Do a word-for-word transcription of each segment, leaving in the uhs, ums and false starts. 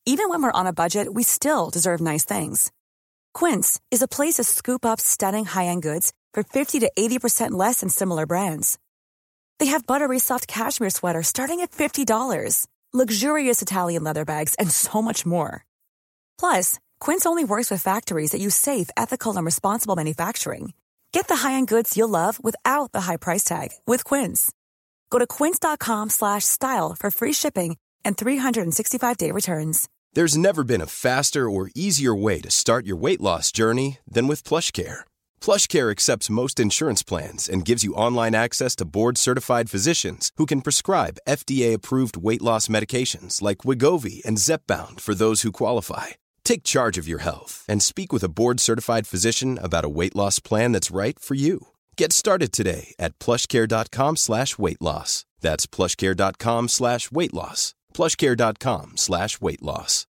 Even when we're on a budget, we still deserve nice things. Quince is a place to scoop up stunning high-end goods for fifty to eighty percent less than similar brands. They have buttery soft cashmere sweaters starting at fifty dollars, luxurious Italian leather bags, and so much more. Plus, Quince only works with factories that use safe, ethical, and responsible manufacturing. Get the high-end goods you'll love without the high price tag with Quince. Go to quince.com slash style for free shipping and three sixty-five day returns. There's never been a faster or easier way to start your weight loss journey than with PlushCare. PlushCare accepts most insurance plans and gives you online access to board-certified physicians who can prescribe F D A-approved weight loss medications like Wegovy and Zepbound for those who qualify. Take charge of your health and speak with a board-certified physician about a weight loss plan that's right for you. Get started today at plushcare.com slash weight loss. That's plushcare.com slash weight loss. plushcare.com slash weight loss.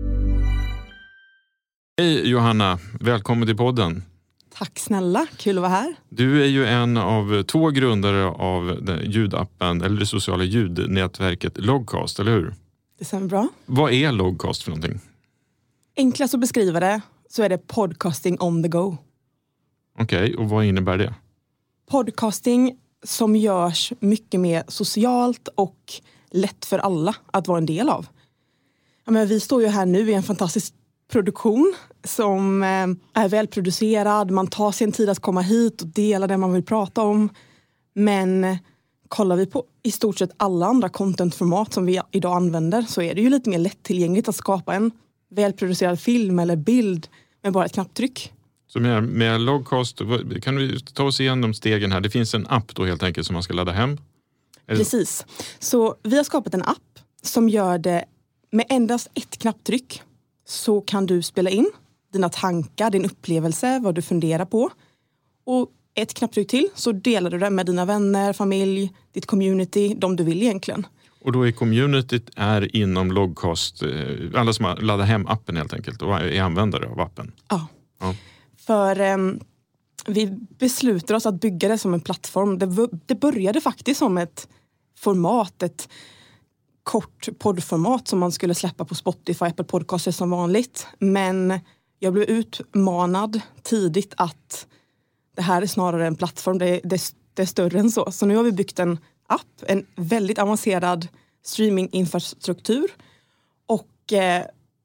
Hej Johanna, välkommen till podden. Tack snälla, kul att vara här. Du är ju en av två grundare av den ljudappen eller det sociala ljudnätverket Logcast, eller hur? Det stämmer bra. Vad är Logcast för någonting? Enklast att beskriva det så är det podcasting on the go. Okej, okay, och vad innebär det? Podcasting som görs mycket mer socialt och lätt för alla att vara en del av. Ja, men vi står ju här nu i en fantastisk produktion som är välproducerad. Man tar sin tid att komma hit och dela det man vill prata om. Men kollar vi på i stort sett alla andra contentformat som vi idag använder så är det ju lite mer lättillgängligt att skapa en välproducerad film eller bild med bara ett knapptryck. Så med, med Logcast, kan vi ta oss igenom stegen här? Det finns en app då helt enkelt som man ska ladda hem. Precis. Så vi har skapat en app som gör det med endast ett knapptryck. Så kan du spela in dina tankar, din upplevelse, vad du funderar på. Och ett knapptryck till så delar du det med dina vänner, familj, ditt community, de du vill egentligen. Och då är communityt är inom Logcast, alla som har laddat hem appen helt enkelt och är användare av appen. Ja, ja. För um, vi beslutar oss att bygga det som en plattform. Det, det började faktiskt som ett format, ett kort poddformat som man skulle släppa på Spotify, Apple Podcaster som vanligt. Men jag blev utmanad tidigt att det här är snarare en plattform, det, det, det är större än så. Så nu har vi byggt en app, en väldigt avancerad streaminginfrastruktur. Och eh,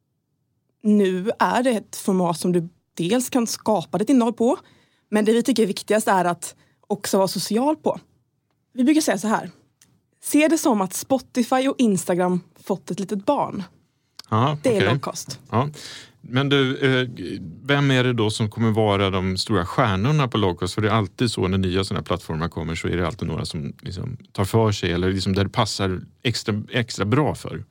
nu är det ett format som du dels kan skapa ditt innehåll på, men det vi tycker är viktigast är att också vara social på. Vi brukar säga så här. Se det som att Spotify och Instagram fått ett litet barn. Aha, det är okay. Logcast. Ja. Men du, vem är det då som kommer vara de stora stjärnorna på Logcast? För det är alltid så när nya sådana här plattformar kommer så är det alltid några som liksom tar för sig eller liksom där det passar extra, extra bra för.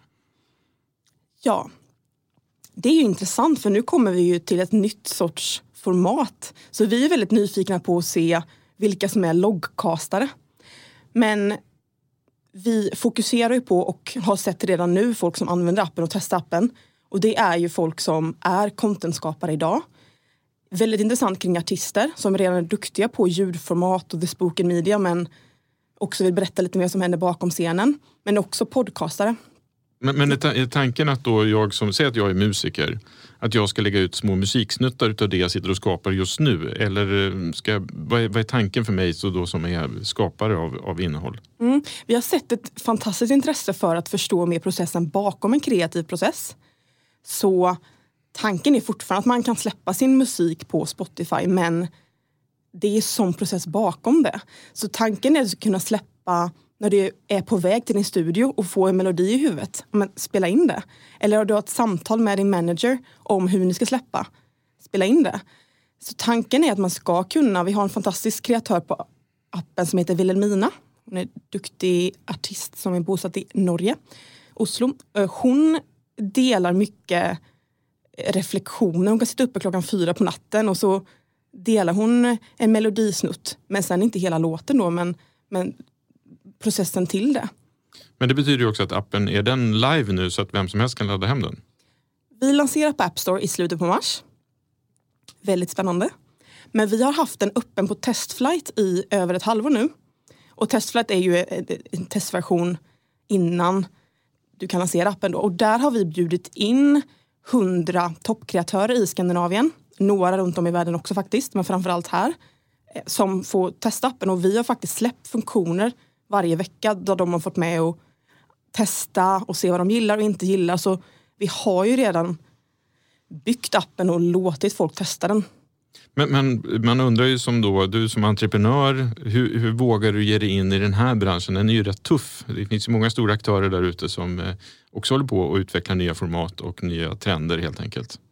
Ja, det är ju intressant för nu kommer vi ju till ett nytt sorts format. Så vi är väldigt nyfikna på att se vilka som är Logcastare. Men vi fokuserar ju på och har sett redan nu folk som använder appen och testar appen. Och det är ju folk som är contentskapare idag. Väldigt intressant kring artister som redan är duktiga på ljudformat och the spoken media men också vill berätta lite mer som händer bakom scenen. Men också podcastare. Men, men är tanken att då jag som säger att jag är musiker att jag ska lägga ut små musiksnuttar utav det jag sitter och skapar just nu? Eller ska jag, vad, är, vad är tanken för mig så då som är skapare av, av innehåll? Mm. Vi har sett ett fantastiskt intresse för att förstå mer processen bakom en kreativ process. Så tanken är fortfarande att man kan släppa sin musik på Spotify men det är som process bakom det. Så tanken är att kunna släppa när du är på väg till din studio och få en melodi i huvudet. Men spela in det. Eller har du ett samtal med din manager om hur ni ska släppa. Spela in det. Så tanken är att man ska kunna. Vi har en fantastisk kreatör på appen som heter Wilhelmina. Hon är en duktig artist som är bosatt i Norge. Oslo. Hon delar mycket reflektioner. Hon kan sitta uppe klockan fyra på natten och så delar hon en melodisnutt. Men sen inte hela låten då men, men processen till det. Men det betyder ju också att appen är den live nu så att vem som helst kan ladda hem den. Vi lanserar på App Store i slutet på mars. Väldigt spännande. Men vi har haft den öppen på testflight i över ett halvår nu. Och testflight är ju en testversion innan du kan lansera appen då. Och där har vi bjudit in hundra toppkreatörer i Skandinavien. Några runt om i världen också faktiskt, men framförallt här. Som får testa appen, och vi har faktiskt släppt funktioner varje vecka där de har fått med och testa och se vad de gillar och inte gillar. Så vi har ju redan byggt appen och låtit folk testa den. Men, men man undrar ju som då, du som entreprenör, hur, hur vågar du ge dig in i den här branschen? Den är ju rätt tuff. Det finns ju många stora aktörer där ute som eh, också håller på att utveckla nya format och nya trender helt enkelt.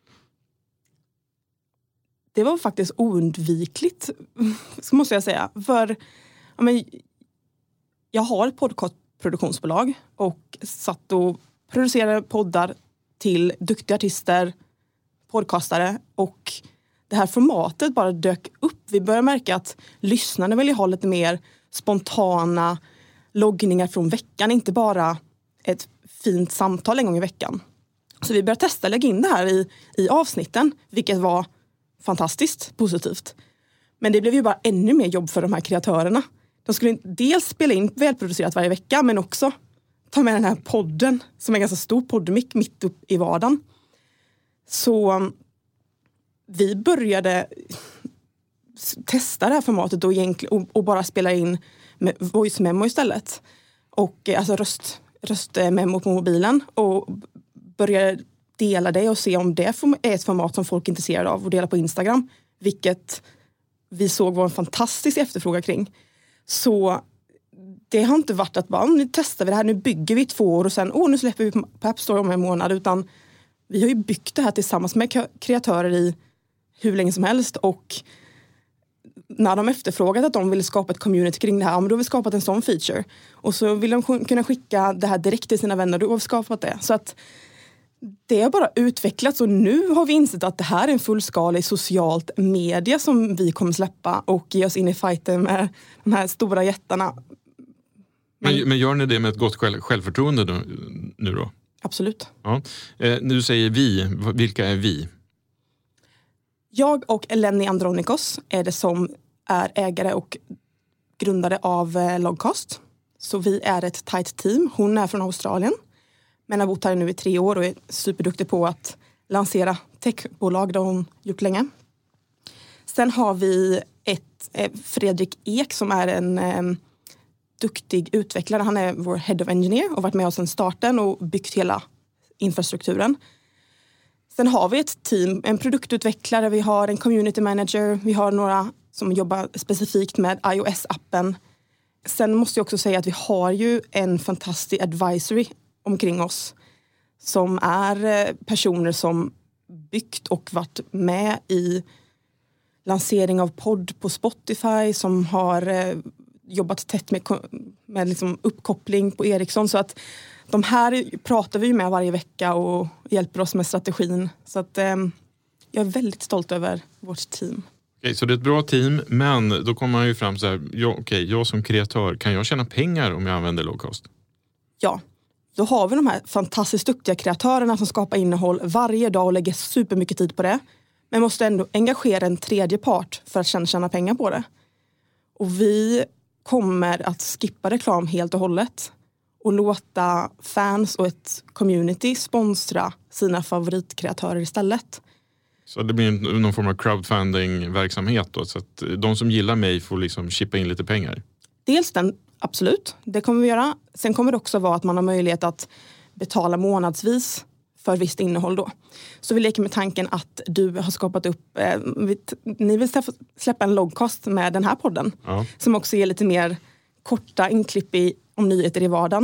Det var faktiskt oundvikligt, måste jag säga. För ja, men, jag har ett podcastproduktionsbolag och satt och producerade poddar till duktiga artister, podcastare, och det här formatet bara dök upp. Vi började märka att lyssnarna vill ha lite mer spontana loggningar från veckan, inte bara ett fint samtal en gång i veckan. Så vi började testa lägga in det här i, i avsnitten, vilket var fantastiskt positivt. Men det blev ju bara ännu mer jobb för de här kreatörerna. De skulle dels spela in välproducerat varje vecka, men också ta med den här podden som är en ganska stor poddmick mitt upp i vardagen. Så vi började testa det här formatet och, och, och bara spela in med voice memo istället. Och alltså röst, röstmemo på mobilen, och började dela det och se om det är ett format som folk är intresserade av och dela på Instagram. Vilket vi såg var en fantastisk efterfrågan kring. Så det har inte varit att bara, nu testar vi det här, nu bygger vi två år och sen, åh, nu släpper vi på App Store om en månad. Utan vi har ju byggt det här tillsammans med kreatörer i hur länge som helst, och när de efterfrågat att de vill skapa ett community kring det här, men då har vi skapat en sån feature. Och så vill de kunna skicka det här direkt till sina vänner, då har vi skapat det. Så att det har bara utvecklats, och nu har vi insett att det här är en fullskalig socialt media som vi kommer släppa och ge oss in i fighten med de här stora jättarna. Men, men gör ni det med ett gott själv, självförtroende då, nu då? Absolut. Ja. Eh, nu säger vi, vilka är vi? Jag och Eleni Andronikos är det som är ägare och grundare av eh, Logcast. Så vi är ett tight team. Hon är från Australien, men har bott här nu i tre år och är superduktig på att lansera techbolag. Det har hon gjort länge. Sen har vi ett eh, Fredrik Ek som är en eh, duktig utvecklare. Han är vår head of engineer och varit med oss sedan starten och byggt hela infrastrukturen. Sen har vi ett team, en produktutvecklare, vi har en community manager, vi har några som jobbar specifikt med iOS-appen. Sen måste jag också säga att vi har ju en fantastisk advisory omkring oss som är personer som byggt och varit med i lansering av podd på Spotify, som har jobbat tätt med, med liksom uppkoppling på Ericsson. Så att de här pratar vi med varje vecka och hjälper oss med strategin. Så att eh, jag är väldigt stolt över vårt team. Okej, så det är ett bra team, men då kommer man ju fram så här, ja, okej, jag som kreatör, kan jag tjäna pengar om jag använder Logcast? Ja, då har vi de här fantastiskt duktiga kreatörerna som skapar innehåll varje dag och lägger supermycket tid på det. Men måste ändå engagera en tredje part för att tjäna, tjäna pengar på det. Och vi kommer att skippa reklam helt och hållet och låta fans och ett community sponsra sina favoritkreatörer istället. Så det blir någon form av crowdfunding-verksamhet då, så att de som gillar mig får liksom chippa in lite pengar? Dels den, absolut. Det kommer vi göra. Sen kommer det också vara att man har möjlighet att betala månadsvis för visst innehåll då. Så vi leker med tanken att du har skapat upp, eh, ni vill släppa en Logcast med den här podden. Ja. Som också ger lite mer korta inklipp i, om nyheter i vardagen.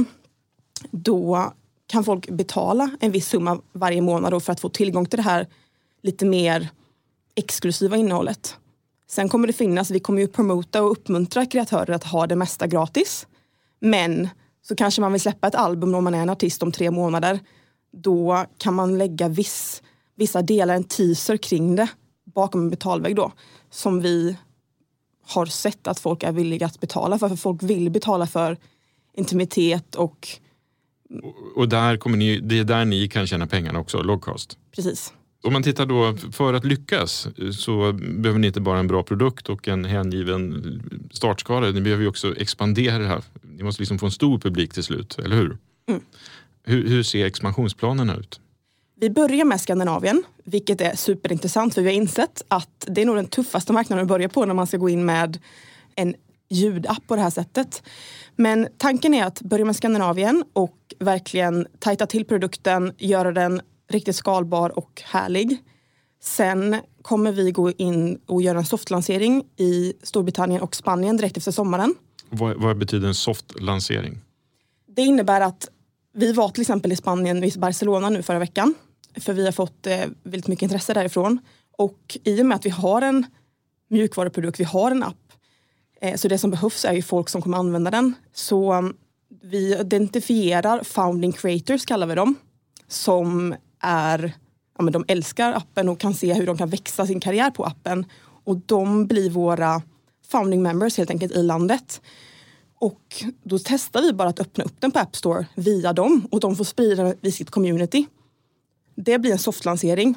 Då kan folk betala en viss summa varje månad då för att få tillgång till det här lite mer exklusiva innehållet. Sen kommer det finnas, vi kommer ju promota och uppmuntra kreatörer att ha det mesta gratis. Men så kanske man vill släppa ett album om man är en artist om tre månader. Då kan man lägga viss, vissa delar, en teaser kring det bakom en betalvägg då. Som vi har sett att folk är villiga att betala för. För folk vill betala för intimitet och... Och, och där kommer ni, det är där ni kan tjäna pengarna också, Logcast. Precis. Om man tittar då, för att lyckas så behöver ni inte bara en bra produkt och en hängiven startskala. Ni behöver ju också expandera det här. Ni måste liksom få en stor publik till slut, eller hur? Mm. Hur, hur ser expansionsplanerna ut? Vi börjar med Skandinavien, vilket är superintressant för vi har insett att det är nog den tuffaste marknaden att börja på när man ska gå in med en ljudapp på det här sättet. Men tanken är att börja med Skandinavien och verkligen tajta till produkten, göra den riktigt skalbar och härlig. Sen kommer vi gå in och göra en softlansering i Storbritannien och Spanien direkt efter sommaren. Vad, vad betyder en softlansering? Det innebär att vi var till exempel i Spanien, i Barcelona nu förra veckan. För vi har fått eh, väldigt mycket intresse därifrån. Och i och med att vi har en mjukvaruprodukt, vi har en app. Eh, så det som behövs är ju folk som kommer använda den. Så um, vi identifierar founding creators kallar vi dem. Som är, ja men de älskar appen och kan se hur de kan växa sin karriär på appen. Och de blir våra founding members helt enkelt i landet. Och då testar vi bara att öppna upp den på App Store via dem. Och de får sprida den i sitt community. Det blir en softlansering.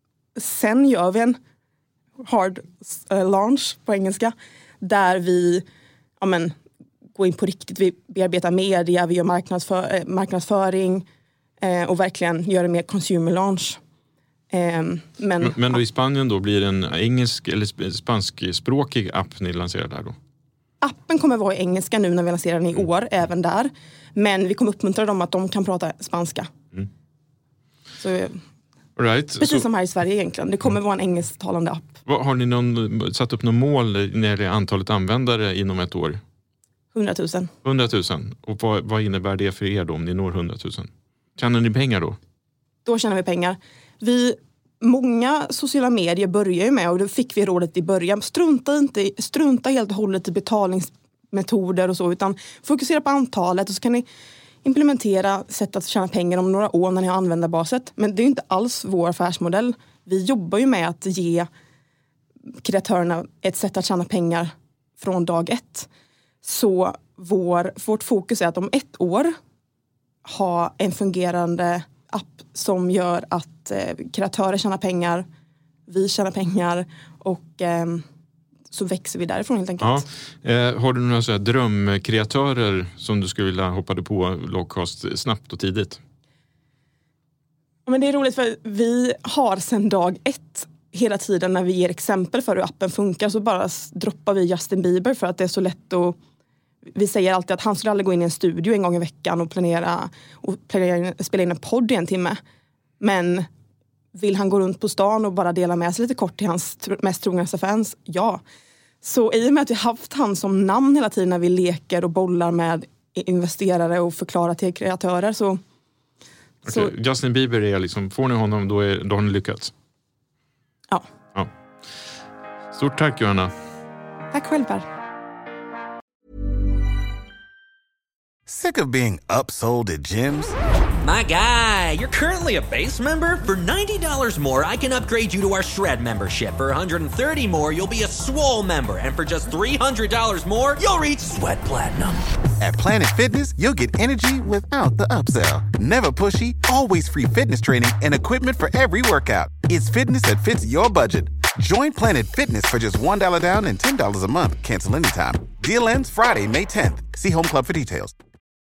Sen gör vi en hard uh, launch på engelska. Där vi ja men, går in på riktigt. Vi bearbetar media, vi gör marknadsför, eh, marknadsföring. Eh, och verkligen gör en mer consumer launch. Eh, men, men, men då i Spanien då blir det en engelsk eller spanskspråkig app ni lanserar där då? Appen kommer vara i engelska nu när vi lanserar den i år, mm. även där. Men vi kommer uppmuntra dem att de kan prata spanska. Mm. Så, right. Precis så, som här i Sverige egentligen. Det kommer mm. vara en engelsktalande app. Vad, har ni någon, satt upp något mål när det är antalet användare inom ett år? hundratusen. hundratusen. Och vad, vad innebär det för er då om ni når hundratusen? Tjänar ni pengar då? Då tjänar vi pengar. Vi... Många sociala medier börjar ju med, och då fick vi rådet i början, strunta inte, strunta helt och hållet i betalningsmetoder och så, utan fokusera på antalet och så kan ni implementera sätt att tjäna pengar om några år när ni har användarbaset. Men det är ju inte alls vår affärsmodell. Vi jobbar ju med att ge kreatörerna ett sätt att tjäna pengar från dag ett. Så vår, vårt fokus är att om ett år ha en fungerande app som gör att eh, kreatörer tjänar pengar, vi tjänar pengar och eh, så växer vi därifrån helt enkelt. Ja. Eh, har du några så här drömkreatörer som du skulle vilja hoppa på Logcast snabbt och tidigt? Ja, men det är roligt för vi har sedan dag ett hela tiden när vi ger exempel för hur appen funkar så bara droppar vi Justin Bieber för att det är så lätt att vi säger alltid att han skulle aldrig gå in i en studio en gång i veckan och planera och planera, spela in en podd i en timme. Men vill han gå runt på stan och bara dela med sig lite kort till hans mest trognaste fans? Ja. Så i och med att vi haft han som namn hela tiden när vi leker och bollar med investerare och förklarar till kreatörer så... Okay. så Justin Bieber är liksom, får ni honom då, är, då har ni lyckats? Ja. ja. Stort tack Johanna. Tack själv Per. Sick of being upsold at gyms? My guy, you're currently a base member. For ninety dollars more, I can upgrade you to our Shred membership. For one hundred thirty dollars more, you'll be a Swole member. And for just three hundred dollars more, you'll reach Sweat Platinum. At Planet Fitness, you'll get energy without the upsell. Never pushy, always free fitness training and equipment for every workout. It's fitness that fits your budget. Join Planet Fitness for just one dollar down and ten dollars a month. Cancel anytime. Deal ends Friday, May tenth. See Home Club for details.